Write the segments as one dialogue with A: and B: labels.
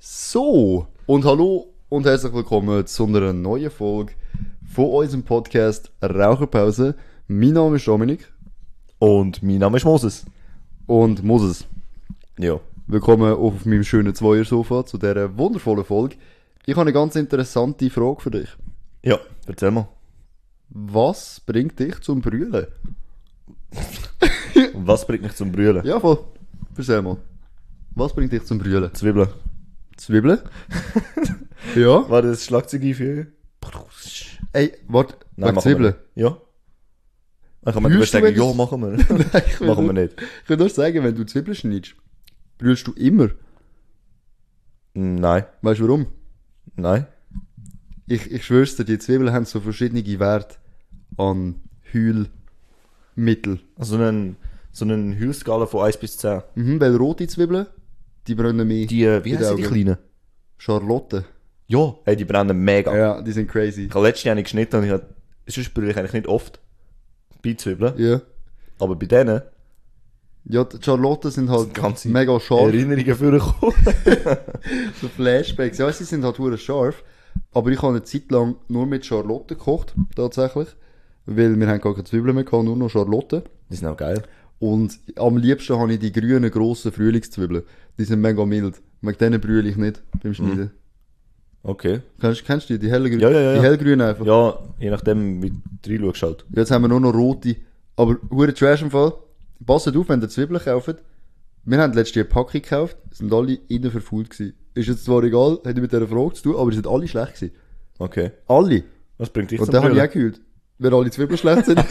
A: So, und hallo und herzlich willkommen zu einer neuen Folge von unserem Podcast Raucherpause. Mein Name ist Dominik.
B: Und mein Name ist Moses.
A: Und Moses.
B: Ja.
A: Willkommen auf meinem schönen Zweiersofa zu dieser wundervollen Folge. Ich habe eine ganz interessante Frage für dich.
B: Ja, erzähl mal.
A: Was bringt dich zum Brüllen?
B: Was bringt mich zum Brüllen?
A: Ja, voll. Erzähl mal. Was bringt dich zum Brüllen?
B: Zwiebeln.
A: Zwiebeln? Ja.
B: War das Schlagzeug einfügen?
A: Ey, warte,
B: Nein,
A: wegen Zwiebeln?
B: Ja. Ich kann mir
A: Brüllst du,
B: sagen,
A: wenn
B: ja,
A: du's-
B: machen wir.
A: Nein, ich will
B: Machen wir
A: nur-
B: nicht.
A: Ich will nur sagen, wenn du Zwiebeln schneidest, brüllst du immer.
B: Nein.
A: Weißt du warum?
B: Nein.
A: Ich schwör's dir, die Zwiebeln haben so verschiedene Werte an Heulmittel.
B: Also so einen Heulskala von 1 bis 10.
A: Weil rote Zwiebeln, die brennen mehr.
B: Die, wie
A: in den
B: heissen die
A: Augen.
B: kleinen?
A: Charlotte.
B: Ja. Hey, die brennen mega.
A: Ja, die sind crazy.
B: Ich habe letztes Jahr nicht geschnitten und sonst brülle ich eigentlich nicht oft bei Zwiebeln.
A: Ja.
B: Aber bei denen
A: Ja, die Charlotten sind halt
B: ganze
A: mega scharf.
B: Erinnerungen vorgekommen.
A: So Flashbacks. Ja, sie sind halt hure scharf. Aber ich habe eine Zeit lang nur mit Charlotten gekocht, tatsächlich. Weil wir haben gar keine Zwiebeln mehr gehabt, nur noch Charlotten.
B: Die sind auch geil.
A: Und am liebsten habe ich die grünen, grossen Frühlingszwiebeln. Die sind mega mild. Wegen denen brülle ich nicht beim Schneiden.
B: Okay.
A: Kennst du die hellgrünen?
B: Ja.
A: Die hellgrünen einfach.
B: Ja, je nachdem, wie du reinschaust halt.
A: Jetzt haben wir nur noch rote. Aber hure Trash im Fall. Passt auf, wenn ihr Zwiebeln kauft. Wir haben letztes Jahr eine Packung gekauft, sind alle innen verfault gewesen. Ist jetzt zwar egal, hat mit dieser Frage zu tun, aber die sind alle schlecht gewesen.
B: Okay.
A: Alle.
B: Was bringt dich
A: Und
B: zum
A: dann habe ich
B: Brüllen?
A: auch geheult. Wenn alle Zwiebeln schlecht sind.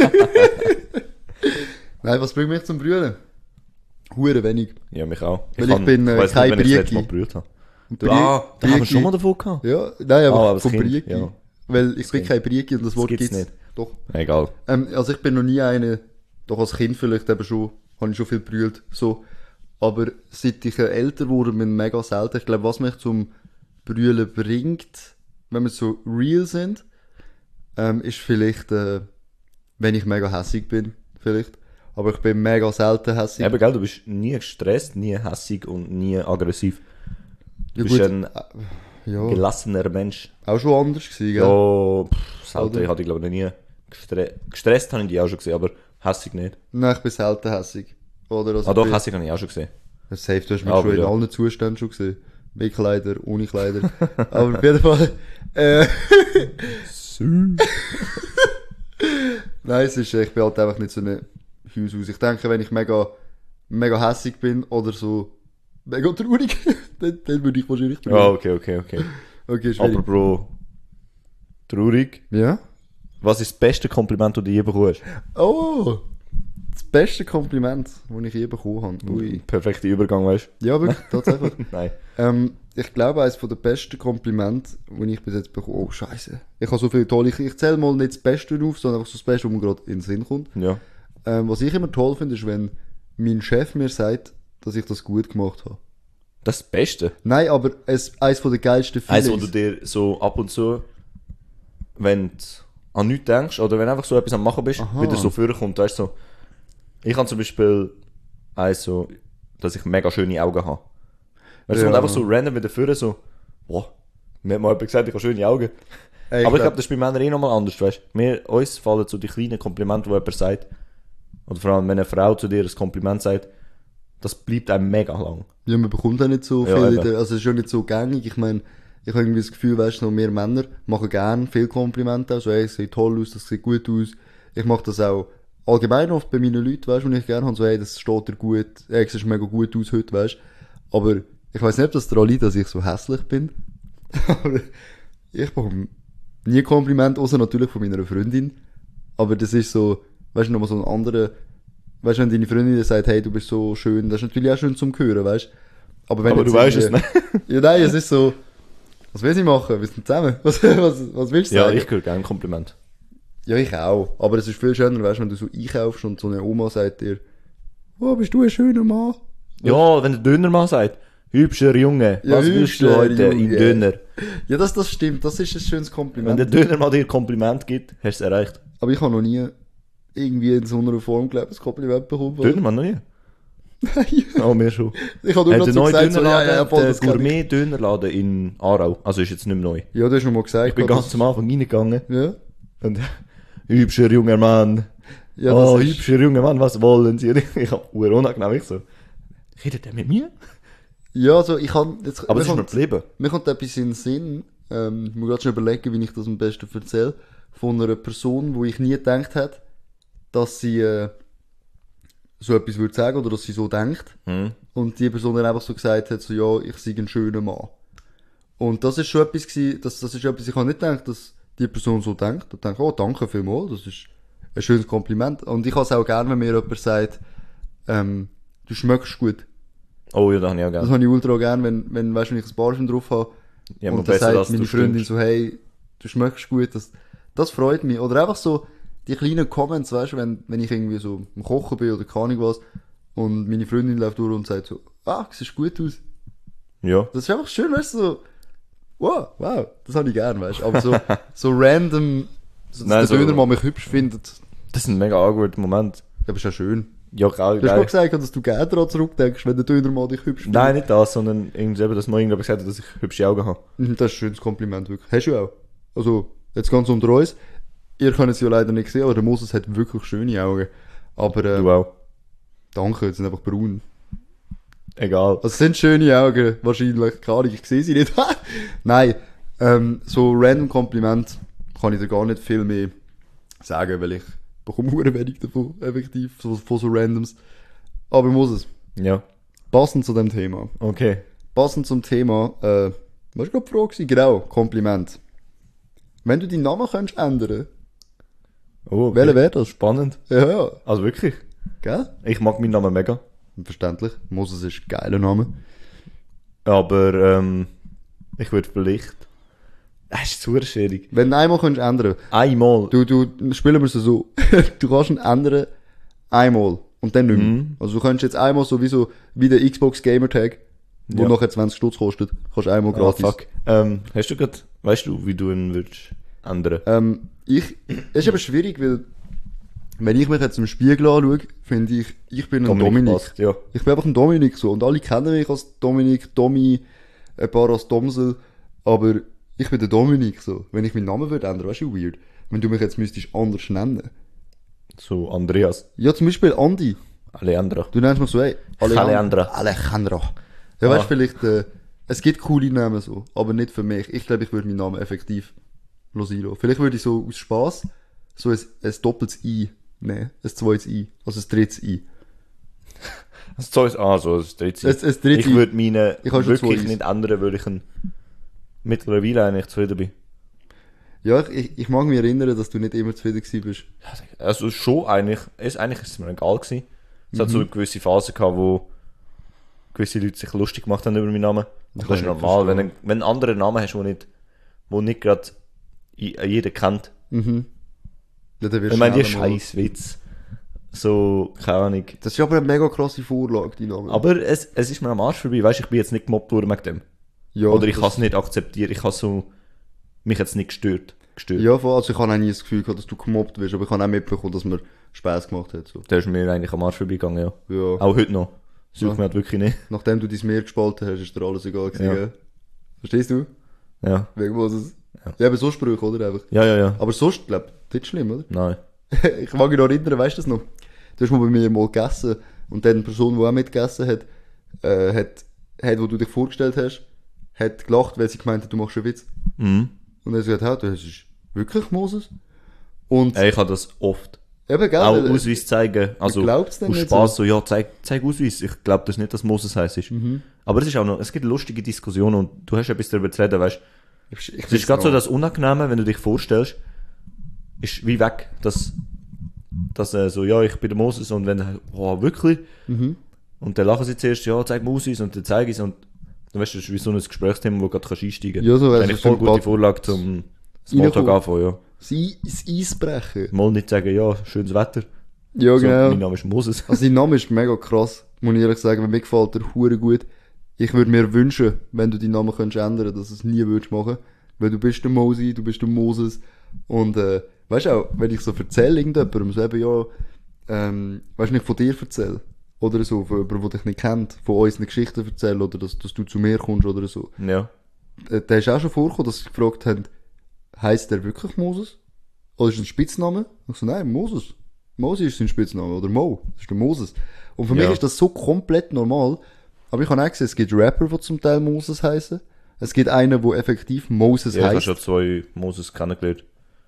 A: Nein, was bringt mich zum Brüllen? Hure wenig.
B: Ja, mich auch.
A: Weil ich bin,
B: weiss
A: kein
B: nicht, wenn ich das letzte Mal
A: Brieki.
B: gebrüllt habe.
A: Und
B: Da haben wir schon mal davon gehabt.
A: Ja, nein, aber
B: das
A: vom
B: Kind,
A: Brieki.
B: ja.
A: Weil ich bin
B: Kind.
A: kein Brieki und das Wort
B: gibt's
A: gibt's
B: nicht.
A: Doch.
B: Egal.
A: Also ich bin noch nie eine, doch als Kind vielleicht eben schon, habe ich schon viel gebrüllt, so. Aber seit ich älter wurde, bin ich mega selten. Ich glaube, was mich zum Brüllen bringt, wenn wir so real sind, ist vielleicht, wenn ich mega hässig bin, vielleicht. Aber ich bin mega selten hässig.
B: Eben, gell, du bist nie gestresst, nie hässig und nie aggressiv. Du
A: Ja,
B: bist
A: gut.
B: ein
A: Ja,
B: gelassener Mensch.
A: auch schon anders gewesen, gell?
B: Ja, selten.
A: Oder?
B: Ich hatte, glaube ich, noch nie gestresst habe ich die auch schon gesehen, aber hässig nicht.
A: Nein, ich bin selten hässig. Oder? Also
B: Ah doch,
A: ich bin-
B: hässig habe ich auch schon gesehen.
A: Safe, du hast mich
B: Aber
A: schon in
B: ja.
A: allen Zuständen schon gesehen. Mit Kleider, ohne Kleider. Aber auf jeden Fall, nein, es ist, ich bin halt einfach nicht so ein Haus aus. Ich denke, wenn ich mega hässig bin oder so mega traurig, dann würde ich wahrscheinlich
B: Ja,
A: brüllen.
B: okay.
A: Okay, schwierig.
B: Apropos traurig.
A: Ja?
B: Was ist das beste Kompliment, das du je bekommen hast?
A: Oh! Das beste Kompliment, das ich je bekommen habe. Ui.
B: Perfekter Übergang, weißt
A: Ja, wirklich, tatsächlich.
B: du? Nein.
A: Ich glaube, eines der besten Komplimente, die ich bis jetzt bekomme, oh Scheiße. Ich habe so viele tolle, ich zähle mal nicht das Beste auf, sondern einfach so das Beste, was mir gerade in den Sinn kommt.
B: Ja.
A: Was ich immer toll finde, ist, wenn mein Chef mir sagt, dass ich das gut gemacht habe.
B: Das ist das Beste.
A: Nein, aber eines der geilsten
B: Eins,
A: Feelings.
B: wo du dir so ab und zu, wenn du an nichts denkst, oder wenn du einfach so etwas am Machen bist,
A: Aha.
B: wieder so vorkommt, weißt du, so. Ich habe zum Beispiel eins so, dass ich mega schöne Augen habe. Weißt du,
A: Ja.
B: und einfach so random wieder vorne so, boah, mir hat mal jemand gesagt, ich habe schöne Augen.
A: Ey,
B: Aber ich glaube, das ist bei Männern nochmal anders, weißt du. Uns fallen so die kleinen Komplimente, die jemand sagt, oder vor allem, wenn eine Frau zu dir ein Kompliment sagt, das bleibt einem mega lang.
A: ja, man bekommt auch nicht so
B: Ja,
A: viel,
B: eben.
A: also es ist ja nicht so gängig. Ich meine, ich habe irgendwie das Gefühl, weißt du, noch mehr Männer machen gerne viel Komplimente, also ey, es sieht toll aus, das sieht gut aus. Ich mache das auch allgemein oft bei meinen Leuten, weißt du, wenn ich gerne habe, so ey, das steht dir gut, ey, es sieht mega gut aus heute, weißt du. Aber ich weiß nicht, ob das daran liegt, dass ich so hässlich bin. Aber ich bekomme nie Kompliment, außer natürlich von meiner Freundin. Aber das ist so, weißt du, nochmal so ein anderer, weißt du, wenn deine Freundin dir sagt, hey, du bist so schön, das ist natürlich auch schön zum Hören, weißt du. Aber wenn
B: Aber
A: jetzt
B: du weißt es
A: irgendwie-
B: nicht.
A: Ja, nein, es ist so, was will sie machen? Wir sind zusammen. Was willst du
B: Ja,
A: sagen?
B: ich höre gerne ein Kompliment.
A: Ja, ich auch. Aber es ist viel schöner, weißt du, wenn du so einkaufst und so eine Oma sagt dir, oh, bist du ein schöner Mann?
B: Ja, wenn der Dönermann sagt, hübscher Junge,
A: Ja,
B: was willst du
A: hübscher
B: heute im
A: Junge.
B: Döner?
A: Ja, das stimmt, das ist ein schönes
B: Wenn
A: Kompliment.
B: der Dönermann dir ein Kompliment gibt, hast du es erreicht.
A: Aber ich habe noch nie irgendwie in so einer Form, glaube ich, ein Kompliment bekommen.
B: Dönermann noch nie?
A: Nein.
B: Oh, mir schon.
A: Ich habe nur
B: Der
A: gerade so
B: neue
A: gesagt, so,
B: Dönerladen,
A: voll,
B: der
A: das kenn ich.
B: Gourmet-Dönerladen in Aarau. Also ist jetzt nicht mehr neu.
A: Ja, du hast schon mal gesagt.
B: Ich bin
A: das-
B: ganz am Anfang reingegangen
A: Ja.
B: und hübscher junger Mann.
A: Ja,
B: Oh,
A: das ist,
B: hübscher junger Mann, was wollen Sie? Ich hab unangenehm, ich so. Redet der mit mir?
A: ja, also ich kann, jetzt,
B: Aber
A: mir
B: es ist mir
A: kommt,
B: geblieben.
A: mir kommt etwas in den Sinn, ich muss gerade schon überlegen, wie ich das am besten erzähle, von einer Person, wo ich nie gedacht hätte, dass sie, so etwas würde sagen oder dass sie so denkt. Und die Person dann einfach so gesagt hat, so, ja, ich sei ein schöner Mann. Und das ist schon etwas gewesen, das ist etwas, ich habe nicht gedacht, dass die Person so denkt. Ich denke, oh, danke vielmals, das ist ein schönes Kompliment. Und ich habe es auch gerne, wenn mir jemand sagt, du schmeckst gut.
B: Oh ja, das habe ich auch
A: Das
B: gerne.
A: habe ich ultra gerne, wenn, weißt du, wenn ich ein Parfüm drauf habe.
B: Ja, aber
A: und dann
B: besser,
A: sagt
B: als
A: meine
B: du
A: Freundin
B: stinkst.
A: so, hey, du schmeckst gut, das freut mich. Oder einfach so, die kleinen Comments, weißt du, wenn ich irgendwie so am Kochen bin oder keine Ahnung was, und meine Freundin läuft durch und sagt so, ah, du siehst gut aus.
B: Ja.
A: Das ist einfach schön, weißt du, so, wow, das habe ich gern, weißt du. Aber so random, so, dass
B: Nein,
A: der
B: so-
A: Döner mal mich hübsch findet,
B: Das ist ein mega anguter Moment.
A: das ist ja schön.
B: Ja, geil,
A: Du hast mal
B: geil.
A: gesagt, dass du gerne daran zurückdenkst, wenn der Döner mal dich hübsch findet.
B: Nein, nicht das, sondern irgendwie eben, dass man irgendjemand gesagt hat, dass ich hübsche Augen habe.
A: Das ist ein schönes Kompliment, wirklich. Hast du auch. Also, jetzt ganz unter uns. Ihr könnt es ja leider nicht sehen, aber der Moses hat wirklich schöne Augen. Aber,
B: Du auch.
A: danke, jetzt sind einfach braun.
B: Egal.
A: Also, es sind schöne Augen, wahrscheinlich. Keine Ahnung, ich sehe sie nicht. Nein, so random Kompliment kann ich dir gar nicht viel mehr sagen, weil ich bekomme hure wenig davon, effektiv, so, von so Randoms. Aber Moses,
B: Ja.
A: passend zu dem Thema.
B: Okay.
A: Passend zum Thema, was war gerade die Frage gewesen? Genau, Kompliment. Wenn du deinen Namen könntest ändern,
B: Oh, okay.
A: welcher wäre das?
B: Spannend.
A: Ja,
B: Also wirklich.
A: gell?
B: Ich mag meinen Namen mega.
A: Verständlich. Moses ist ein geiler Name.
B: Aber, ich würde vielleicht... Das ist zu schwierig.
A: Wenn du einmal könntest ändern,
B: Einmal.
A: du spielen wir es so, du kannst ihn ändern einmal und dann nicht mehr.
B: Mhm.
A: Also du könntest jetzt einmal sowieso wie der Xbox Gamertag, wo
B: Ja.
A: nachher 20 Stutz kostet, kannst du einmal
B: Ah,
A: gratis.
B: fuck. Hast du grad... Weißt du, wie du ihn würdest ändern?
A: Es ist aber schwierig, weil wenn ich mich jetzt im Spiegel anschaue, finde ich bin ein Dominik.
B: passt, ja.
A: Ich bin einfach ein Dominik so. Und alle kennen mich als Dominik, Domi, ein paar als Domsel. Aber ich bin der Dominik so. Wenn ich meinen Namen würde ändern, weißt du, weird. Wenn du mich jetzt müsstest anders nennen.
B: So, Andreas.
A: Ja, zum Beispiel Andi.
B: Alejandro.
A: Du nennst mich so, hey,
B: Alejandro.
A: Alejandro. Ja, weißt
B: Ah.
A: du, vielleicht, es gibt coole Namen so, aber nicht für mich. Ich glaube, ich würde meinen Namen effektiv sein lassen. Vielleicht würde ich so aus Spass so ein doppeltes I nehmen. Ein zweites I. Also ein drittes I.
B: Das Zeug, so das dritte.
A: Das dritte.
B: Ich würde meine
A: Ich habe schon
B: wirklich
A: zwei.
B: nicht ändern, weil ich mittlerweile eigentlich zufrieden bin.
A: Ja, ich mag mich erinnern, dass du nicht immer zufrieden gewesen bist.
B: Also schon eigentlich, eigentlich ist es mir egal gewesen. Es hat so eine gewisse Phase gehabt, wo gewisse Leute sich lustig gemacht haben über meinen Namen.
A: Das
B: Das ist
A: kann ich
B: normal,
A: verstehen.
B: wenn du einen anderen Namen hast, wo nicht gerade jeder kennt.
A: Ja, dann wirst
B: Ich meine,
A: du
B: die
A: schnell mal-
B: Scheißwitz. So, keine Ahnung.
A: Das ist aber eine mega krasse Vorlage, die Name.
B: Aber es ist mir am Arsch vorbei, weißt du, ich bin jetzt nicht gemobbt worden wegen dem.
A: ja,
B: Oder ich
A: das-
B: habe es nicht akzeptiert, ich habe so mich jetzt nicht gestört.
A: Ja, voll, also ich habe auch nie das Gefühl gehabt, dass du gemobbt wirst, aber ich habe auch mitbekommen, dass mir Spass gemacht hat. So.
B: Der ist mir eigentlich am Arsch vorbeigegangen, ja.
A: Ja.
B: Auch heute noch. Sucht
A: Ja.
B: mir halt wirklich nicht.
A: Nachdem du dein Meer gespalten hast, ist dir alles egal gewesen,
B: Ja.
A: gell? Verstehst du?
B: Ja.
A: Wegen was es... Ja, aber so Sprüche, oder? Einfach.
B: Ja.
A: Aber sonst, glaub das ist schlimm, oder?
B: Nein.
A: Ich mag mich noch erinnern, weißt du das noch? Du hast mal bei mir mal gegessen und dann die Person, die auch mitgegessen hat, wo du dich vorgestellt hast, hat gelacht, weil sie gemeint hat, du machst einen Witz.
B: Mhm.
A: Und dann hat sie gesagt, hey, das ist wirklich Moses. Und
B: Ich habe das oft.
A: eben, gell?
B: Auch
A: weil-
B: Ausweis zeigen. Also,
A: glaubt's denn
B: aus
A: nicht
B: Spaß so, ja, zeig Ausweis. Ich glaube das nicht, dass Moses heiß ist.
A: Mhm.
B: Aber es ist auch noch, es gibt lustige Diskussionen und du hast etwas darüber zu reden, weißt du.
A: Ich
B: Es ist gerade so das Unangenehme, wenn du dich vorstellst, ist wie weg, dass so, ja, ich bin der Moses und wenn, oh, wirklich?
A: Mhm.
B: Und dann lachen sie zuerst, ja, zeig mir Ausweis und dann zeige ich es und dann weißt du, das ist wie so ein Gesprächstheema, wo du gerade einsteigen kannst.
A: Ja, so,
B: das ist
A: also
B: eigentlich voll gute
A: sympathisch.
B: Vorlage zum Smalltalk
A: Reinkommen.
B: anfangen, ja.
A: Das Eis brechen.
B: Mal nicht sagen, ja, schönes Wetter.
A: Ja,
B: So,
A: genau.
B: mein Name ist Moses.
A: Also dein Name ist mega krass, muss ich ehrlich sagen, mir gefällt der hure gut. Ich würde mir wünschen, wenn du deinen Namen könntest ändern, dass du es nie würdest machen. Weil du bist der Mosi, du bist der Moses. Und weißt du auch, wenn ich so erzähle irgendjemandem, so eben ja, weißt du, nicht von dir erzähle. oder so, von jemandem, der dich nicht kennt, von uns eine Geschichte erzählen oder dass du zu mir kommst oder so.
B: Ja.
A: Da ist auch schon vorgekommen, dass sie gefragt haben, heisst der wirklich Moses? Oder ist das ein Spitzname? Ich so, nein, Moses. Moses ist sein Spitzname. Oder Mo. Das ist der Moses. Und für mich ist das so komplett normal. Aber ich habe auch gesehen, es gibt Rapper, die zum Teil Moses heißen. Es gibt einen, der effektiv Moses
B: Ja, ich habe
A: heisst.
B: schon 2 Moses kennengelernt.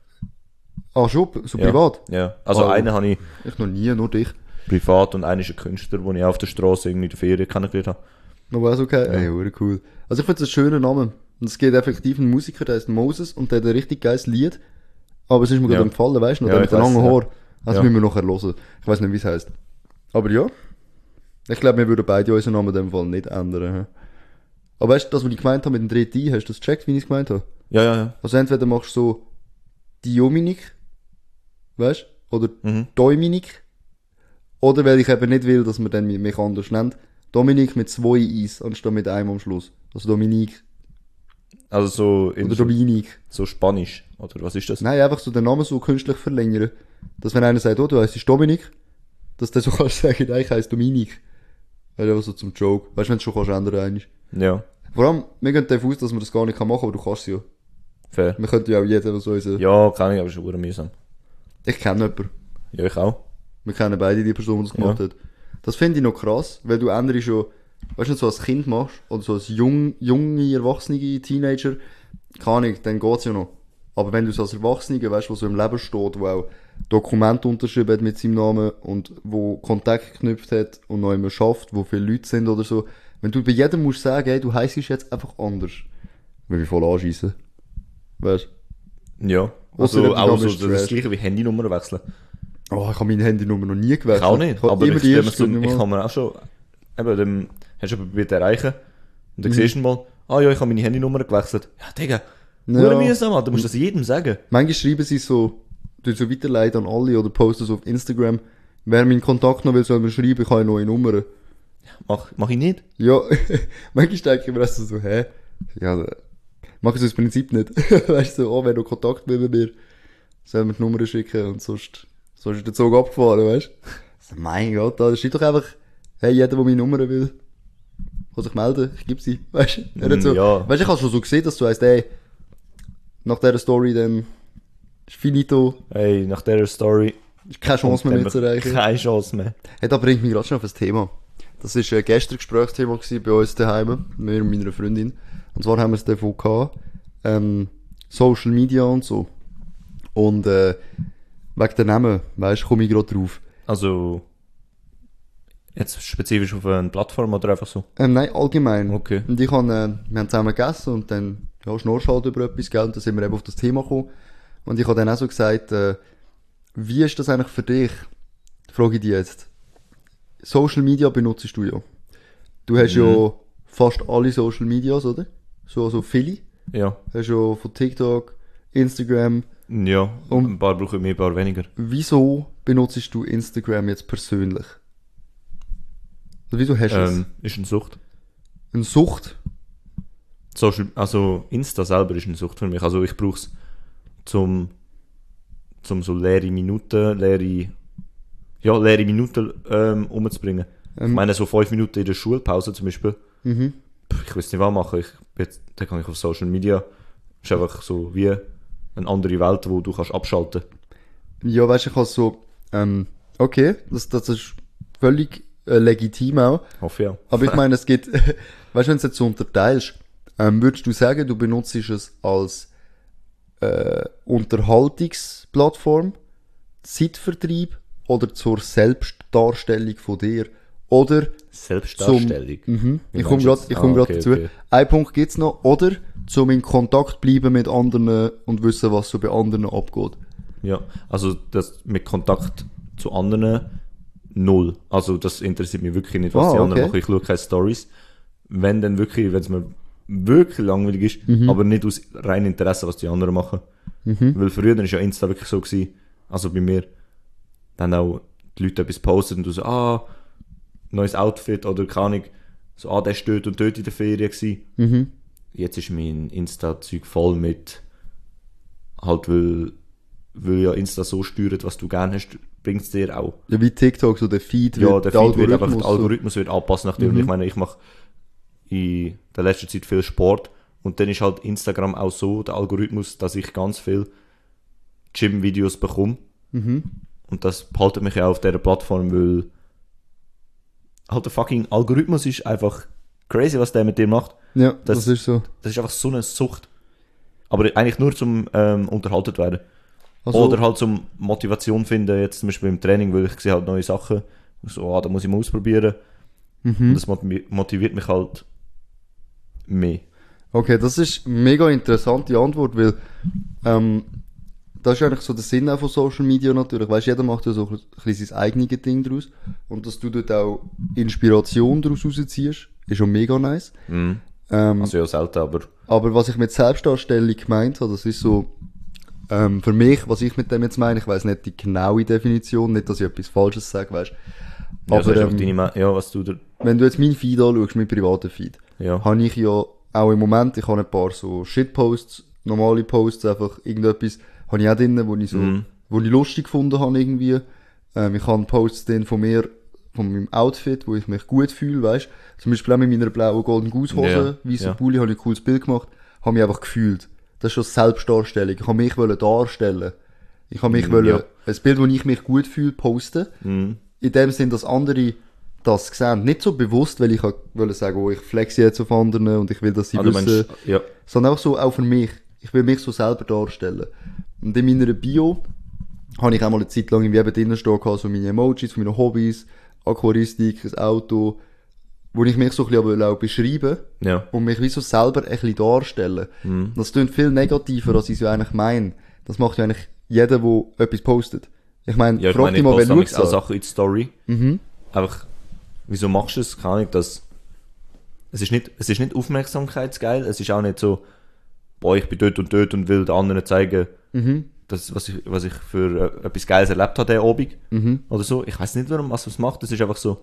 A: Ah, schon? So
B: Ja.
A: privat?
B: Ja. Also
A: Oh.
B: einen habe ich
A: Ich noch nie, nur dich.
B: privat und einer ist ein Künstler, den ich auf der Straße irgendwie in der Ferien kennengelernt habe.
A: Aber auch okay. Ey, hure cool. Also ich finde es einen schönen Namen. Und es geht effektiv einen Musiker, der heißt Moses und der hat ein richtig geiles Lied. Aber es ist mir gerade empfallen, weißt du noch?
B: Ja,
A: Der mit
B: ich
A: den
B: weiss,
A: langen
B: ja.
A: Haaren. Also
B: Ja.
A: müssen wir nachher hören. Ich weiß nicht, wie es heisst. Aber ja. Ich glaube, wir würden beide unseren Namen in dem Fall nicht ändern. He? Aber weißt du, das, was ich gemeint habe mit dem 3D, hast du das gecheckt, wie ich es gemeint habe?
B: Ja, ja, ja.
A: Also entweder machst du so Dominik, weißt du? Oder
B: Mhm.
A: Dominik. Oder weil ich eben nicht will, dass man dann mich anders nennt. Dominik mit 2 Is, anstatt mit einem am Schluss. Also Dominik.
B: Also so in
A: Oder Dominik.
B: so Spanisch, oder was ist das?
A: Nein, einfach so den Namen so künstlich verlängern. Dass wenn einer sagt, oh, du heisst Dominik, dass der so kannst sagen, nein, ich heisse Dominik. Weil einfach so zum Joke. Weißt du, wenn du schon kannst ändern eigentlich.
B: Ja,
A: Vor allem, wir gehen davon aus, dass man das gar nicht machen kann, aber du kannst es ja.
B: fair.
A: Wir könnten ja auch jeden so unseren...
B: Ja, kann ich, aber schon verdammt mühsam.
A: Ich kenne jemanden.
B: Ja, ich auch.
A: Wir kennen beide die Person, die das gemacht hat. Das finde ich noch krass, weil du andere schon, weißt du, so als Kind machst, oder so als junge, erwachsene Teenager, keine Ahnung, dann geht's ja noch. Aber wenn du so als Erwachsener, weißt du, was so im Leben steht, wo auch Dokumente unterschrieben hat mit seinem Namen und wo Kontakt geknüpft hat und noch immer schafft, wo viele Leute sind oder so, wenn du bei jedem musst sagen, hey, du heisst jetzt einfach anders, will ich voll anschiessen. Weißt
B: Ja.
A: Ausser
B: Also
A: der
B: auch
A: Name
B: so
A: ist
B: das
A: Trash.
B: gleiche wie Handynummer wechseln.
A: du? Oh, ich habe meine Handynummer noch nie gewechselt.
B: Ich auch nicht,
A: habe
B: aber
A: immer
B: ich,
A: die
B: stell mir
A: erste
B: so,
A: Nummer.
B: ich kann mir auch schon, eben, dann hast du jemanden erreichen und dann siehst du mal, ah ja, ich habe meine Handynummer gewechselt. Ja, Digga,
A: Ja.
B: mühsam, Alter, du musst das jedem sagen.
A: Manchmal schreiben sie so, tun so weiterleiten an alle oder posten so auf Instagram. Wer meinen Kontakt noch will, soll mir schreiben, ich habe eine neue Nummer.
B: Mach ich nicht.
A: Ja, manchmal denke ich mir also so, hä? Ja, mach ich so das Prinzip nicht. Weißt du, so, oh, wenn du Kontakt will mit mir, soll mir die Nummer schicken und sonst ist der Zug abgefahren, weißt du? Also, mein Gott, da steht doch einfach, hey, jeder, der meine Nummer will, kann sich melden, ich gebe sie, weißt du? Nicht so,
B: ja.
A: Weißt du, ich habe schon so gesehen, dass du heißt, ey, nach dieser Story dann ist finito,
B: Hey, nach dieser Story.
A: ist keine Chance mehr
B: haben
A: mit zu
B: wir
A: erreichen.
B: Keine Chance mehr.
A: Hey, da bringt mich gerade schon auf ein Thema. Das war gestern ein Gesprächsthema gewesen bei uns daheim, mir und meiner Freundin. Und zwar haben wir es davon gehabt, Social Media und so. Und wegen der Namen, weißt du, komme ich gerade drauf.
B: Also, jetzt spezifisch auf eine Plattform oder einfach so?
A: Nein, allgemein.
B: Okay.
A: Und wir haben zusammen gegessen und dann schnorchst halt über etwas, gell, und dann sind wir eben auf das Thema gekommen. Und ich habe dann auch so gesagt, wie ist das eigentlich für dich? Frage ich dich jetzt. Social Media benutzt du ja. Du hast ja fast alle Social Medias, oder? So viele.
B: Ja.
A: Hast ja von TikTok, Instagram.
B: Ja,
A: Und-
B: ein paar brauchen mehr, ein paar weniger.
A: Wieso benutzt du Instagram jetzt persönlich? Also wieso hast du es?
B: Ist eine Sucht.
A: Eine Sucht?
B: Also Insta selber ist eine Sucht für mich. Also ich brauche es zum so leere Minuten umzubringen. Ich meine, so 5 Minuten in der Schulpause zum Beispiel. Ich weiß nicht, was machen. Dann kann ich auf Social Media. Ist einfach so wie eine andere Welt, wo du kannst abschalten.
A: Ja, weißt du, ich habe so, okay, das ist völlig legitim auch.
B: Hoffe ja.
A: Aber ich meine, es geht, weißt du, wenn du es jetzt so unterteilst, würdest du sagen, du benutzt es als Unterhaltungsplattform, Zeitvertreib oder zur Selbstdarstellung von dir? Oder
B: Selbstdarstellung. Wie
A: ich komme
B: meinst du
A: gerade
B: jetzt?
A: grad
B: Okay,
A: dazu.
B: okay.
A: Ein Punkt gibt's noch. Oder zum in Kontakt bleiben mit anderen und wissen, was so bei anderen abgeht.
B: Ja, also das mit Kontakt zu anderen null. Also das interessiert mich wirklich nicht, was die anderen
A: okay.
B: machen. Ich schaue keine Stories. Wenn dann wirklich, wenn es mir wirklich langweilig ist, aber nicht aus reinem Interesse, was die anderen machen. Weil früher ist ja Insta wirklich so gewesen, also bei mir, dann auch die Leute etwas posten und du so, neues Outfit oder keine Ahnung, so, der ist dort und dort in der Ferien gewesen. Jetzt ist mein Insta-Zeug voll mit, halt, weil weil ja Insta so steuert, was du gerne hast, bringt es dir auch.
A: Ja, wie TikTok, so der Feed
B: Ja, der Feed wird einfach, der
A: so.
B: Algorithmus wird anpassen nach dir. Und ich meine, ich mache in der letzten Zeit viel Sport und dann ist halt Instagram auch so, der Algorithmus, dass ich ganz viel Gym-Videos bekomme. Und das behaltet mich ja auf dieser Plattform, weil halt der fucking Algorithmus ist einfach crazy, was der mit dir macht.
A: Ja, das ist so.
B: Das ist einfach so eine Sucht. Aber eigentlich nur zum unterhalten werden.
A: Also,
B: Oder halt zum Motivation finden, jetzt zum Beispiel im Training, weil ich sehe halt neue Sachen. So, da muss ich mal ausprobieren. Und das motiviert mich halt mehr.
A: okay, das ist eine mega interessante Antwort, weil das ist eigentlich so der Sinn auch von Social Media natürlich. Weißt, jeder macht ja so ein bisschen sein eigenes Ding daraus. Und dass du dort auch Inspiration daraus rausziehst, ist schon mega nice.
B: Also ja, selten, aber...
A: Aber was ich mit Selbstdarstellung gemeint habe, das ist so, für mich, was ich mit dem jetzt meine, ich weiss nicht die genaue Definition, nicht, dass ich etwas Falsches sage, weißt.
B: Ja,
A: Aber
B: ja, was du da...
A: wenn du jetzt meinen Feed anschaust, meinen privaten Feed,
B: Ja.
A: habe ich ja auch im Moment, ich habe ein paar so Shitposts, normale Posts, einfach irgendetwas, habe ich auch drin, wo ich so, wo ich lustig gefunden habe irgendwie. Ich habe Posts drin von mir, von meinem Outfit, wo ich mich gut fühle, weißt. Zum Beispiel auch mit meiner blauen Golden Goose Hose, weißer Pulli, habe ich ein cooles Bild gemacht, habe mich einfach gefühlt. Das ist schon Selbstdarstellung. Ich habe mich darstellen. Ich habe mich ein Bild, wo ich mich gut fühle, posten. In dem Sinn, dass andere das sehen. Nicht so bewusst, weil ich wollte sagen, oh, ich flexe jetzt auf anderen und ich will, dass sie wissen.
B: Ja.
A: Sondern auch so, auch für mich. Ich will mich so selber darstellen. Und in meiner Bio habe ich auch mal eine Zeit lang im Web drinnen stehen gehabt, so meine Emojis von meinen Hobbys, Aquaristik, ein Auto, wo ich mich so ein bisschen auch beschreiben
B: Ja.
A: und mich wie so selber ein bisschen darstellen. Das klingt viel negativer, als ich es ja eigentlich meine. Das macht ja eigentlich jeder, der etwas postet. Ich meine,
B: Ja, ich
A: frag
B: meine,
A: dich
B: ich
A: mal,
B: poste
A: wenn du
B: manchmal auch Sachen in die Story. Einfach, wieso machst du es? Keine Ahnung, es ist nicht aufmerksamkeitsgeil, es ist auch nicht so, boah, ich bin dort und will den anderen zeigen, das, was ich für etwas Geiles erlebt habe, den Abend. Oder so. Ich weiß nicht, warum was es macht, es ist einfach so,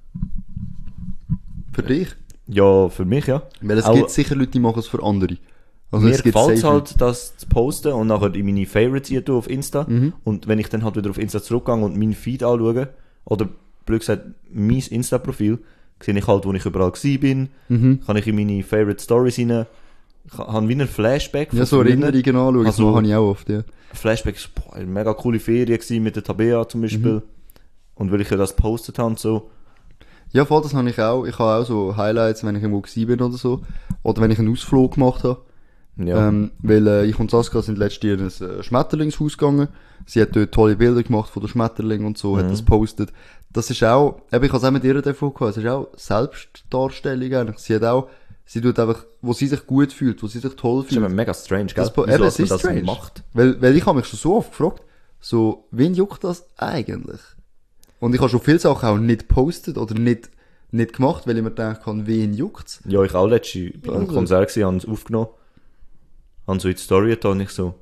A: Für dich?
B: ja, für mich, ja.
A: Weil es
B: Auch-
A: gibt sicher Leute, die machen es für andere. Also
B: Mir
A: es gibt
B: gefällt es
A: safe
B: halt, das zu posten und nachher in meine Favorites hier tue auf Insta. Und wenn ich dann halt wieder auf Insta zurückgehe und meinen Feed anschaue, oder blöd gesagt, mein Insta-Profil, sehe ich halt, wo ich überall gewesen bin, kann ich in meine Favorite Stories rein, ich habe wie ein Flashback.
A: Ja, so
B: früher.
A: Erinnerungen anschauen,
B: Also-
A: das habe ich auch oft, ja.
B: Flashback ist eine mega coole Ferien gewesen mit der Tabea zum Beispiel. Und weil ich ja das gepostet habe und so.
A: Ja, voll, das habe ich auch. Ich habe auch so Highlights, wenn ich irgendwo gewesen bin oder so. Oder wenn ich einen Ausflug gemacht habe.
B: Ja.
A: Weil ich und Saskia sind letztes Jahr in ein Schmetterlingshaus gegangen. Sie hat dort tolle Bilder gemacht von den Schmetterlingen und so, hat das gepostet. Das ist auch, eben, ich habe es auch mit ihr davon gehabt, es ist auch Selbstdarstellung eigentlich. Sie tut einfach, wo sie sich gut fühlt, wo sie sich toll
B: Das ist aber
A: fühlt.
B: mega strange, gell?
A: Das, eben,
B: Wieso,
A: es
B: dass man
A: ist
B: das
A: strange.
B: macht.
A: Weil ich habe mich schon so oft gefragt, so, wen juckt das eigentlich? Und ich habe schon viele Sachen auch nicht gepostet oder nicht gemacht, weil ich mir gedacht habe, wen juckt's?
B: Ja, ich auch letztens bei einem
A: Also.
B: Konzert gewesen, habe es aufgenommen, habe so in die Story getan und ich so,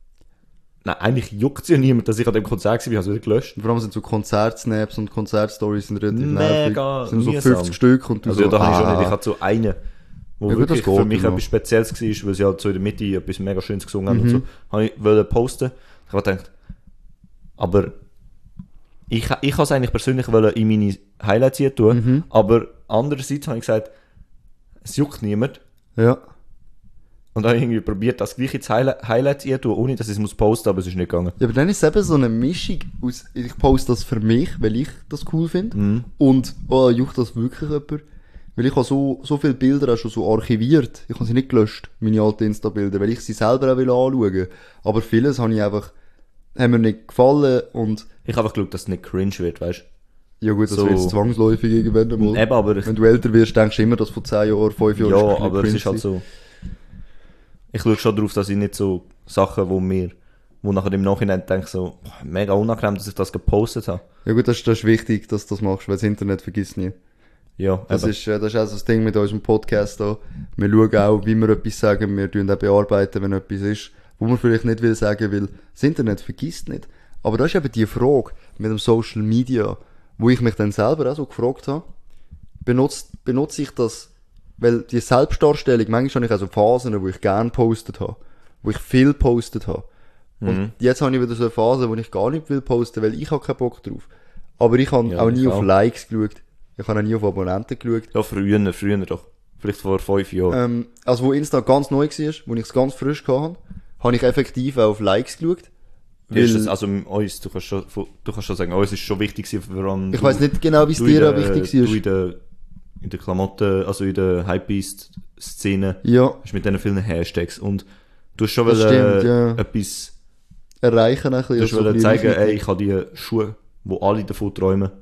B: nein, eigentlich juckt es ja niemand, dass ich an dem Konzert war, ich habe es wieder gelöscht.
A: Vor allem sind so Konzertsnaps und Konzertstories sind relativ
B: Mega
A: nervig. Sind so
B: mühsam.
A: 50 Stück und du
B: Also
A: so,
B: ja, da habe ich schon nicht, ich hatte so einen, wo
A: Ja, gut,
B: wirklich
A: das geht
B: für mich
A: genau.
B: etwas Spezielles war, weil sie halt so in der Mitte etwas mega Schönes gesungen haben und so, habe ich wollte posten. Ich habe gedacht, aber ich habe es eigentlich persönlich wollen in meine Highlights hier tun, aber andererseits habe ich gesagt, es juckt niemand.
A: Ja.
B: Und dann habe ich irgendwie probiert, das gleiche ins Highlights hier tun, ohne dass ich es muss posten, aber es ist nicht gegangen.
A: Ja, aber dann ist es eben so eine Mischung aus, ich poste das für mich, weil ich das cool finde. Und, oh, juckt das wirklich jemand? Weil ich habe so viele Bilder auch schon so archiviert. Ich habe sie nicht gelöscht, meine alten Insta-Bilder, weil ich sie selber auch anschauen will. Aber vieles haben mir nicht gefallen und,
B: Ich habe einfach geschaut, dass es nicht cringe wird, weißt
A: ja gut, das
B: So.
A: wird
B: du?
A: zwangsläufig irgendwann einmal.
B: Eben, aber ich,
A: Wenn du älter wirst, denkst du immer, dass vor 10 Jahren, 5 Jahren
B: ja,
A: ein
B: aber es
A: bisschen
B: ist halt
A: cringe
B: so. Ich schaue schon darauf, dass ich nicht so Sachen, wo nachher im Nachhinein denke, so, boah, mega unangenehm, dass ich das gepostet habe.
A: Ja gut, das ist wichtig, dass du das machst, weil das Internet vergisst nie.
B: Ja,
A: Das
B: eben.
A: ist auch so das Ding mit unserem Podcast da. Wir schauen auch, wie wir etwas sagen, wir tun auch bearbeiten, wenn etwas ist, wo man vielleicht nicht will sagen, weil das Internet vergisst nicht. Aber da ist eben die Frage mit dem Social Media, wo ich mich dann selber auch so gefragt habe, benutze ich das, weil die Selbstdarstellung, manchmal habe ich auch so Phasen, wo ich gerne postet habe, wo ich viel postet habe. Und jetzt habe ich wieder so eine Phase, wo ich gar nicht will posten, weil ich habe keinen Bock drauf. Aber ich habe
B: Ja,
A: auch nie
B: ich
A: auf
B: auch.
A: Likes geschaut. Ich habe auch nie auf Abonnenten geschaut.
B: Ja, früher doch. Vielleicht vor 5 Jahren.
A: Also wo Insta ganz neu war, wo ich es ganz frisch hatte, habe ich effektiv auch auf Likes geschaut.
B: Wie ist
A: weil-
B: das, also uns, du kannst schon sagen, uns ist schon wichtig gewesen, voran
A: Ich weiss nicht genau, wie es dir auch wichtig
B: du
A: war.
B: in der Klamotten, also in der Hypebeast-Szene,
A: Ja,
B: hast mit diesen vielen Hashtags und du hast schon
A: Das stimmt, ja.
B: etwas,
A: erreichen ein bisschen.
B: du hast
A: so ein
B: wollen
A: bisschen
B: zeigen,
A: Reichweite.
B: ey, ich habe die Schuhe, wo alle davon träumen.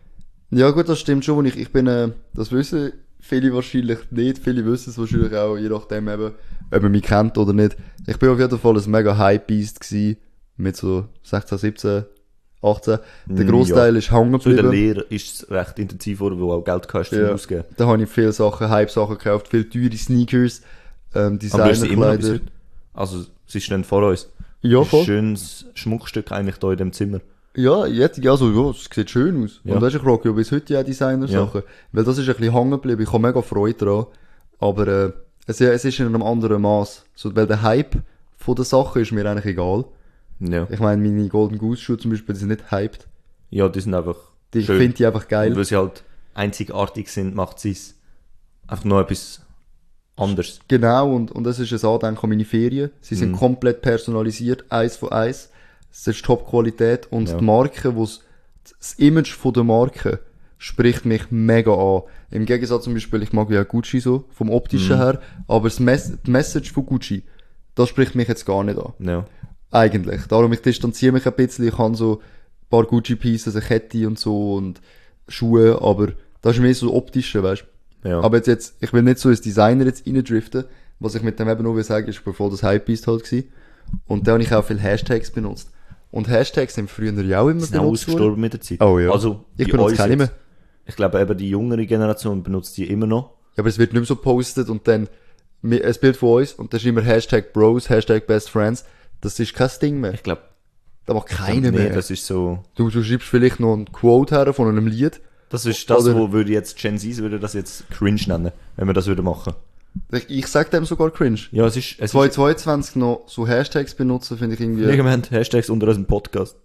A: Ja gut, das stimmt schon. Ich bin, das wissen viele wahrscheinlich nicht. Viele wissen es wahrscheinlich auch, je nachdem eben, ob man mich kennt oder nicht. Ich bin auf jeden Fall ein mega Hypebeast gewesen, mit so 16, 17, 18. Der Großteil ist hängen
B: So in der
A: geblieben.
B: Lehre ist es recht intensiv geworden, wo auch Geld kannst zum
A: Ja,
B: Ausgeben.
A: da habe ich viele Sachen, Hype-Sachen gekauft, viele teure Sneakers,
B: Aber du hast sie immer noch bis
A: Designerkleider.
B: heute. Also, sie stehen vor uns.
A: Ja,
B: Ein
A: voll.
B: schönes Schmuckstück eigentlich da in dem Zimmer.
A: Ja, jetzt, ja, so, ja, es sieht schön aus.
B: Ja.
A: Und weißt du, ich trage ja bis heute ja Designer-Sachen. Weil das ist ein bisschen hängen geblieben. Ich habe mega Freude daran. Aber, es ist in einem anderen Maß. So, weil der Hype von der Sache ist mir eigentlich egal.
B: Ja.
A: Ich meine, meine Golden Goose Schuhe zum Beispiel, die sind nicht hyped.
B: Ja, die sind einfach
A: Ich
B: schön.
A: finde die einfach
B: Und
A: geil.
B: weil sie halt einzigartig sind, macht sie es einfach noch etwas anderes.
A: Genau, und das ist ein Andenken an meine Ferien. Sie
B: Mhm.
A: sind komplett personalisiert, eins von eins. Es ist Top-Qualität und
B: Ja.
A: die Marke, das Image von der Marke spricht mich mega an. Im Gegensatz zum Beispiel, ich mag ja Gucci so, vom
B: Mhm.
A: optischen her, aber die Message von Gucci, das spricht mich jetzt gar nicht an.
B: Ja.
A: Eigentlich. Darum, ich distanziere mich ein bisschen, ich habe so ein paar Gucci-Pieces, eine Kette und so und Schuhe, aber das ist mehr so optische, weißt du.
B: Ja.
A: Aber jetzt, ich will nicht so als Designer jetzt reindriften. Was ich mit dem eben nur will sagen, ist, bevor das Hypebeast halt gewesen. Und da habe ich auch viele Hashtags benutzt. Und Hashtags sind früher ja auch immer
B: Die sind auch
A: benutzt worden.
B: ausgestorben mit der Zeit.
A: Oh ja.
B: Also,
A: Ich
B: bei
A: benutze
B: uns
A: keine
B: jetzt-
A: mehr.
B: Ich glaube eben die jüngere Generation benutzt die immer noch.
A: Ja, aber es wird nicht mehr so gepostet und dann ein Bild von uns und da ist immer Hashtag Bros, Hashtag Best Friends. Das ist kein Ding mehr.
B: Ich glaube,
A: Da macht keiner
B: nee,
A: mehr.
B: das ist so,
A: Du schreibst vielleicht noch ein Quote her von einem Lied.
B: das ist das,
A: Oder-
B: wo würde jetzt Gen Z würde das jetzt cringe nennen, wenn wir das würde machen.
A: Ich sag dem sogar cringe.
B: Ja, es ist
A: 2022 noch so Hashtags benutzen, finde ich irgendwie.
B: Irgendwann Hashtags unter unserem Podcast.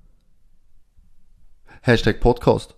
A: Hashtag Podcast.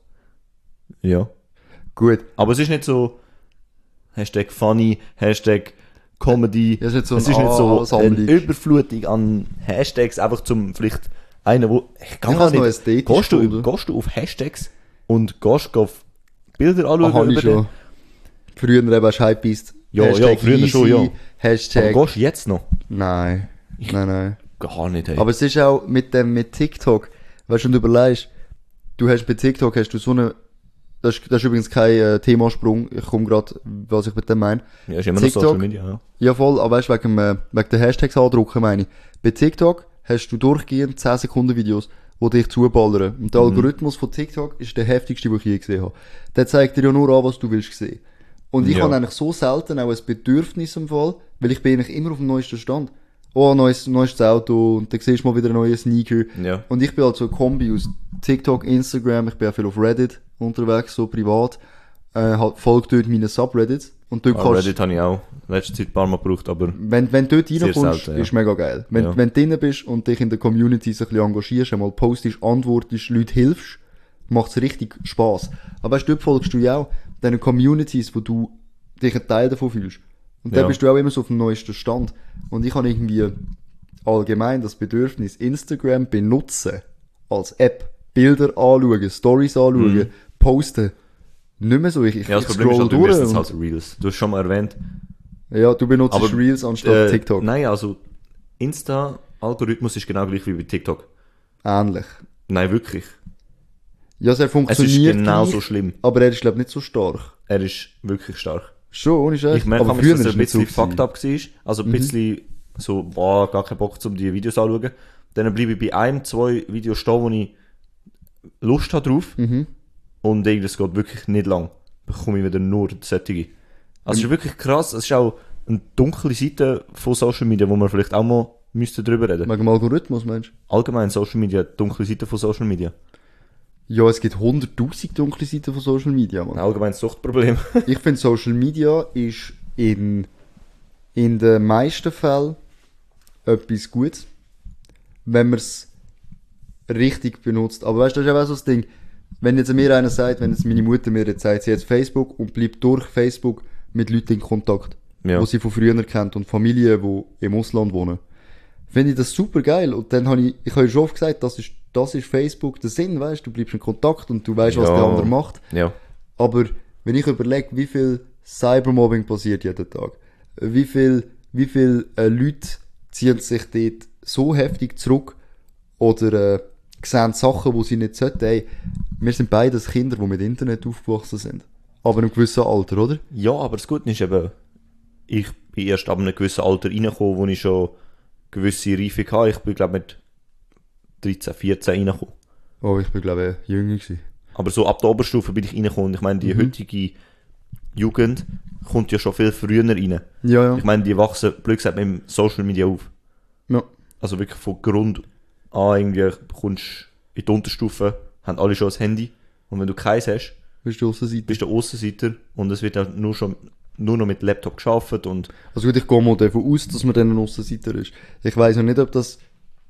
B: Ja.
A: Gut.
B: Aber es ist nicht so Hashtag funny, Hashtag Comedy.
A: Ja, es ist nicht so
B: es
A: eine
B: ist nicht so eine
A: Sammlung.
B: Überflutung an Hashtags, einfach zum vielleicht einen, wo ich kann
A: Ich
B: gar
A: hab's noch
B: nicht.
A: ästhetisch gefunden.
B: Gehst du auf Hashtags und gehst auf Bilder anschauen?
A: Habe ich
B: über
A: schon. Früher eben hast du Hypebeast.
B: Ja, ja, früher schon, ja.
A: Hashtag.
B: Aber gehst du jetzt noch?
A: Nein. Nein.
B: Gar nicht, hey.
A: Aber es ist auch mit TikTok. Weißt du, wenn du überlegst, du hast bei TikTok hast du so eine, das ist übrigens kein Themasprung. Ich komme gerade, was ich mit dem meine.
B: ja, ist immer noch
A: TikTok.
B: Social Media, ja.
A: Ja, voll, aber weißt du, wegen den Hashtags andrucken meine ich. Bei TikTok hast du durchgehend 10 Sekunden Videos, die dich zuballern. Und der Algorithmus von TikTok ist der heftigste, den ich je gesehen habe. Der zeigt dir ja nur an, was du willst sehen. Und ich
B: Ja.
A: habe eigentlich so selten auch ein Bedürfnis im Fall, weil ich bin eigentlich immer auf dem neuesten Stand. Oh, neuestes Auto, und dann siehst du mal wieder einen neuen Sneaker.
B: Ja.
A: Und ich bin halt so eine Kombi aus TikTok, Instagram, ich bin auch viel auf Reddit unterwegs, so privat. Halt, folge dort meine Subreddits. Und dort kannst
B: Reddit habe ich auch letzte Zeit ein paar Mal gebraucht, aber
A: wenn du dort
B: Sehr
A: reinkommst,
B: selten, ja.
A: ist mega geil. Wenn
B: Ja.
A: du drin bist und dich in der Community so ein bisschen engagierst, einmal postest, antwortest, Leute hilfst, macht's richtig Spass. Aber weißt du, dort folgst du ja auch deinen Communities, wo du dich ein Teil davon fühlst. Und
B: Ja.
A: dann bist du auch immer so auf dem neuesten Stand. Und ich habe irgendwie allgemein das Bedürfnis, Instagram benutzen als App, Bilder anschauen, Stories anschauen, posten. Nicht mehr so. Ich
B: Mhm. ja, das
A: ich
B: Problem ist halt, du
A: durch
B: meistens
A: und-
B: halt Reels. Du hast schon mal erwähnt.
A: ja, du benutzt
B: Aber,
A: Reels anstatt
B: Äh,
A: TikTok.
B: Nein, also Insta-Algorithmus ist genau gleich wie bei TikTok.
A: Ähnlich.
B: Nein, wirklich.
A: Ja, er
B: Es
A: funktioniert
B: ist genauso
A: gleich,
B: schlimm.
A: aber er ist, glaube ich, nicht so stark.
B: Er ist wirklich stark.
A: Schon, ohne Scheiß.
B: Ich merke,
A: aber
B: dass
A: früher
B: er
A: ist
B: ein
A: es nicht so
B: bisschen fucked
A: gewesen.
B: up war. Also ein bisschen so, boah, gar keinen Bock, um die Videos anzuschauen. Dann bleibe ich bei einem, 2 Videos stehen, wo ich Lust habe drauf. Und irgendwie, das geht wirklich nicht lang. Bekomme ich wieder nur solche. Also es ist wirklich krass. Es ist auch eine dunkle Seite von Social Media, wo wir vielleicht auch mal müssten drüber reden.
A: Wegen dem Algorithmus, meinst
B: Allgemein Social Media, dunkle Seite von Social Media.
A: du? Ja, es gibt 100'000 dunkle Seiten von Social Media, Mann.
B: Allgemein Suchtproblem.
A: Ich finde, Social Media ist in den meisten Fällen etwas Gutes. wenn man es richtig benutzt. Aber weißt du, das ist auch so das Ding, wenn jetzt mir einer sagt, wenn jetzt meine Mutter mir jetzt sagt, sie hat Facebook und bleibt durch Facebook mit Leuten in Kontakt,
B: Ja.
A: die sie von früher kennt und Familien, die im Ausland wohnen, finde ich das super geil. Und dann habe ich habe ja schon oft gesagt, das ist Facebook der Sinn, weißt du, bleibst in Kontakt und du weißt, was
B: Ja.
A: der andere macht.
B: Ja.
A: Aber wenn ich überlege, wie viel Cybermobbing passiert jeden Tag, wie viel Leute ziehen sich dort so heftig zurück oder sehen Sachen, die sie nicht sollten. Ey, wir sind beides Kinder, die mit Internet aufgewachsen sind. Aber in einem gewissen Alter, oder?
B: Ja, aber das Gute ist eben, ich bin erst ab einem gewissen Alter reingekommen, wo ich schon gewisse Reife hatte. Ich bin, glaube ich, mit 13, 14 reingekommen.
A: Oh, ich bin, glaube ich, jünger gewesen.
B: Aber so ab der Oberstufe bin ich reingekommen. Und ich meine, die heutige Jugend kommt ja schon viel früher rein.
A: Ja, ja.
B: Ich meine, die wachsen, blöd gesagt, mit dem Social Media auf.
A: Ja.
B: Also wirklich von Grund an irgendwie kommst in die Unterstufe, haben alle schon ein Handy. Und wenn du keins hast,
A: Bist du Aussenseiter?
B: bist du Aussenseiter und es wird auch nur noch mit Laptop gearbeitet und
A: Also gut, ich gehe mal davon aus, dass man dann ein Aussenseiter ist. Ich weiss noch nicht, ob es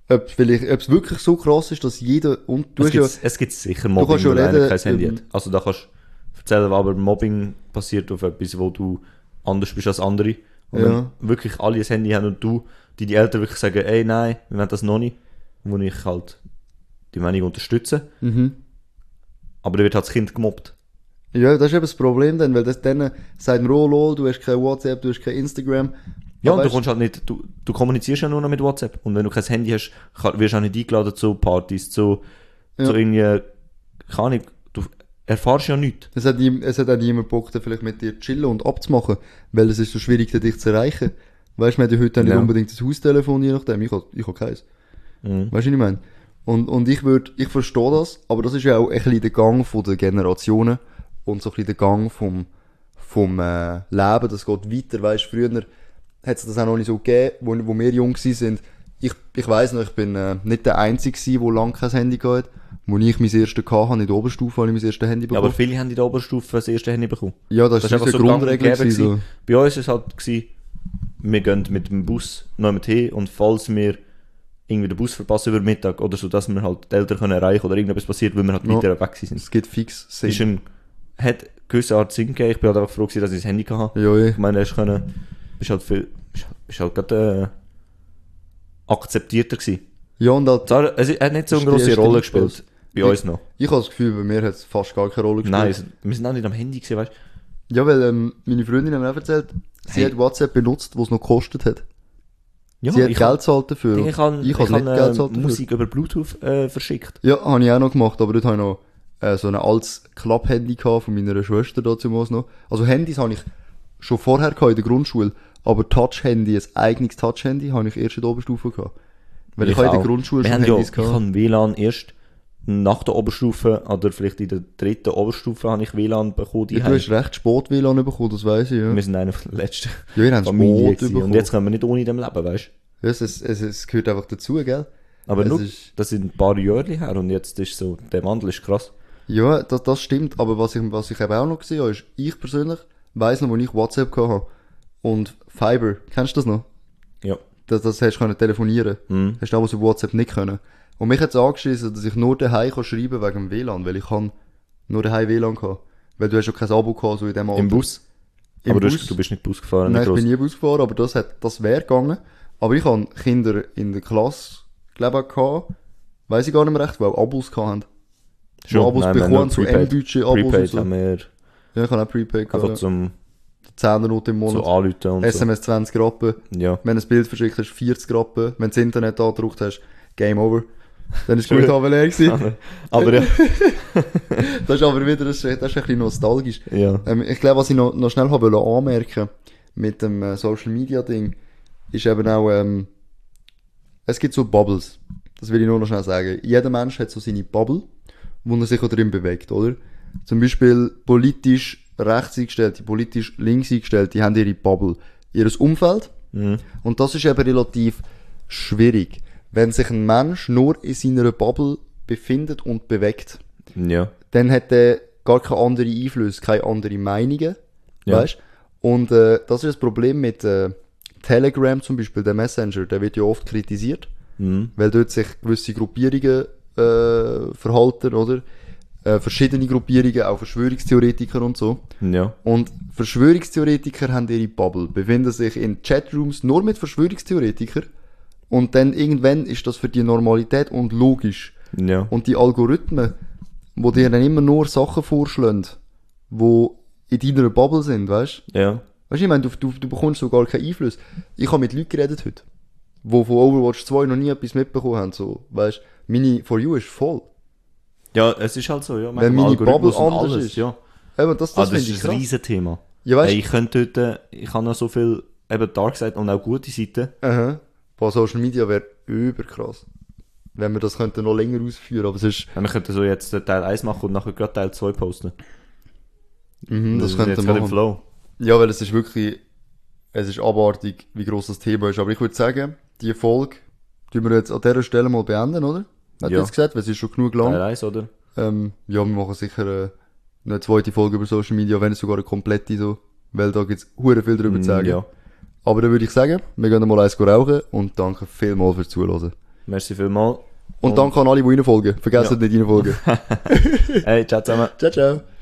A: wirklich so krass ist, dass jeder, und du hast ja,
B: es gibt sicher
A: du
B: Mobbing,
A: kannst schon
B: weil einer
A: reden,
B: kein Handy hat. Also da kannst du erzählen, aber Mobbing passiert auf etwas, wo du anders bist als andere. Und
A: Ja.
B: wenn wirklich alle ein Handy haben und die Eltern wirklich sagen, ey, nein, wir wollen das noch nicht, wo ich halt die Meinung unterstütze. Aber dann wird halt das Kind gemobbt.
A: ja, das ist eben das Problem dann, weil dann sagt man, oh lol, du hast kein WhatsApp, du hast kein Instagram.
B: Ja,
A: Aber
B: und du
A: weißt-
B: kommst halt nicht, du kommunizierst ja nur noch mit WhatsApp. Und wenn du kein Handy hast, wirst du auch nicht eingeladen zu Partys, zu irgendwie, keine Ahnung, du erfährst ja nichts.
A: Es hat auch niemand Bock, da vielleicht mit dir zu chillen und abzumachen, weil es ist so schwierig, dich zu erreichen. Weißt du, wir haben ja heute nicht
B: Ja.
A: unbedingt das Haustelefon, je nachdem. Ich hab keins.
B: Mhm.
A: Weißt du, was ich meine? Und ich verstehe das, aber das ist ja auch ein bisschen der Gang von den Generationen und so ein bisschen der Gang vom Leben. Das geht weiter, weißt du, früher hat es das auch noch nicht so gegeben, wo wir jung sind. Ich weiss noch, ich bin nicht der Einzige gewesen, der lange kein Handy gehabt hat. Als ich mein erstes hatte, in der Oberstufe, habe ich mein erstes Handy
B: Ja,
A: bekommen.
B: aber viele haben in der Oberstufe das erste Handy bekommen.
A: Ja, das ist
B: einfach
A: unsere
B: so gang und
A: Grundregel
B: gäbe
A: gewesen, so.
B: gewesen. Bei uns war es halt, gewesen, wir gehen mit dem Bus noch mit hin und falls wir irgendwie den Bus verpassen über Mittag oder so, dass wir halt die Eltern können erreichen oder irgendetwas passiert, weil wir halt
A: Ja.
B: weiter weg sind.
A: Es gibt fix Sinn.
B: Ist hat gewisse Art Sinn gegeben. Ich bin halt einfach froh gewesen, dass ich das Handy hatte.
A: Ja,
B: Ich meine, bist halt gerade akzeptierter gewesen.
A: ja, und halt,
B: Zwar, es hat nicht so eine
A: Das ist die
B: grosse
A: erste
B: Rolle
A: Infos.
B: gespielt. Bei uns noch.
A: ich habe das Gefühl, bei mir hat es fast gar keine Rolle gespielt.
B: Nein, wir sind auch nicht am Handy gewesen, weißt du?
A: Ja, weil meine Freundin hat mir auch erzählt, sie
B: Hey.
A: hat WhatsApp benutzt, was es noch gekostet hat.
B: Ja,
A: sie hat
B: ich
A: Geld
B: habe
A: gezahlt dafür.
B: ich habe
A: nicht Geld gezahlt dafür.
B: Musik über Bluetooth verschickt.
A: Ja, habe ich auch noch gemacht, aber dort habe ich noch so ein altes Klapp-Handy gehabt von meiner Schwester damals noch. Also Handys habe ich schon vorher gehabt in der Grundschule, aber Touch-Handy, ein eigenes Touch-Handy, habe ich erst in der Oberstufe gehabt. Weil ich habe in der
B: auch.
A: Grundschule
B: Wir
A: schon
B: haben ja,
A: Handys
B: ich
A: gehabt.
B: habe WLAN erst nach der Oberstufe oder vielleicht in der dritten Oberstufe habe ich WLAN bekommen.
A: Ja, du hast recht spät WLAN bekommen, das weiss ich, ja.
B: Wir sind einer von den letzten
A: Ja, ihr habt
B: Familien
A: spät
B: gewesen.
A: bekommen.
B: Und jetzt können wir nicht ohne dem leben, weißt du?
A: Ja, es gehört einfach dazu, gell?
B: Aber
A: Es
B: nur,
A: ist-
B: das sind ein paar Jahre her und jetzt ist so, der Wandel ist krass.
A: Ja, das stimmt, aber was ich eben auch noch gesehen habe, ist, ich persönlich weiss noch, wo ich WhatsApp gehabt habe. Und Fiber, kennst du das noch?
B: Ja.
A: Das hast du können telefonieren.
B: Mhm.
A: Hast du damals auf WhatsApp nicht können. Und mich hat es angeschissen, dass ich nur daheim kann schreiben wegen dem WLAN, weil ich kann nur daheim WLAN gehabt. Weil du hast ja kein Abo gehabt, so in dem Alter.
B: Im Bus.
A: Im
B: Aber
A: Bus?
B: du bist nicht Bus gefahren,
A: Nein,
B: nicht
A: ich bin
B: gross.
A: nie Bus gefahren, aber das wäre gegangen. Aber ich habe Kinder in der Klasse, glaube ich, gehabt, weiss ich gar nicht mehr recht, die auch Abos hatten.
B: Schon,
A: Abos
B: nein, wir haben
A: bekommen,
B: nur
A: so
B: Prepaid.
A: M-Budget-Abos und
B: Prepaid
A: so.
B: haben wir
A: Ja, ich habe auch Prepaid
B: einfach
A: gehabt.
B: zum
A: 10er Note im
B: so
A: Monat.
B: anrufen und
A: SMS 20 Rappen.
B: so. Ja.
A: Wenn du ein Bild verschickt hast, 40 Rappen. Wenn du das Internet angedruckt hast, Game Over. Dann ist gut
B: Schön.
A: aber leer gewesen.
B: Aber ja.
A: Das ist aber wieder, das ist ein bisschen nostalgisch.
B: Ja.
A: Ich glaube, was ich noch schnell habe anmerken mit dem Social Media Ding, ist eben auch, es gibt so Bubbles. Das will ich nur noch schnell sagen. Jeder Mensch hat so seine Bubble, wo er sich auch drin bewegt, oder? Zum Beispiel politisch rechts eingestellte, politisch links eingestellte, die haben ihre Bubble, ihres Umfeld.
B: Mhm.
A: Und das ist eben relativ schwierig. Wenn sich ein Mensch nur in seiner Bubble befindet und bewegt,
B: Ja.
A: dann hat er gar keine andere Einflüsse, keine andere Meinungen,
B: Ja.
A: weißt? Und das ist das Problem mit Telegram zum Beispiel, der Messenger, der wird ja oft kritisiert, Weil dort sich gewisse Gruppierungen verhalten, oder? Verschiedene Gruppierungen, auch Verschwörungstheoretiker und so.
B: Ja.
A: Und Verschwörungstheoretiker haben ihre Bubble, befinden sich in Chatrooms nur mit Verschwörungstheoretikern. Und dann irgendwann ist das für die Normalität und logisch.
B: Ja.
A: Und die Algorithmen, die dir dann immer nur Sachen vorschlagen, die in deiner Bubble sind, weißt du?
B: Ja.
A: Weißt du, ich meine, du bekommst so gar keinen Einfluss. Ich habe mit Leuten geredet heute, die von Overwatch 2 noch nie etwas mitbekommen haben, so, weißt du? Meine For You ist voll.
B: Ja, es ist halt so, ja.
A: Wenn meine
B: Algorithmus
A: Bubble
B: und
A: anders ist.
B: Ja.
A: Eben, das
B: Das
A: finde
B: ist
A: ich
B: ein
A: krass.
B: Riesenthema.
A: Ja, weißt du?
B: Ich könnte dort, ich habe noch so viel, eben Darkseite und auch gute Seiten.
A: Aha. Boah, Social Media wäre überkrass. Wenn wir das könnten noch länger ausführen, aber es ist,
B: Ja, wir könnten so jetzt Teil 1 machen und nachher gerade Teil 2 posten.
A: das
B: ist
A: könnte
B: jetzt
A: man
B: gerade im
A: machen.
B: Flow.
A: Ja, weil es ist wirklich, es ist abartig, wie gross das Thema ist. Aber ich würde sagen, die Folge tun wir jetzt an dieser Stelle mal beenden, oder? Hat
B: Ja.
A: jetzt gesagt, weil es ist schon genug lang.
B: Teil 1, oder?
A: Ja, wir machen sicher eine zweite Folge über Social Media, wenn es sogar eine komplette so, weil da gibt's hure viel drüber zu sagen.
B: Ja.
A: Aber dann würde ich sagen, wir gehen mal eins rauchen und danke vielmals fürs Zuhören.
B: Merci vielmals.
A: Und danke an alle, die reinfolgen. Vergesst
B: Ja.
A: nicht reinfolgen.
B: Hey, ciao zusammen.
A: Ciao, ciao.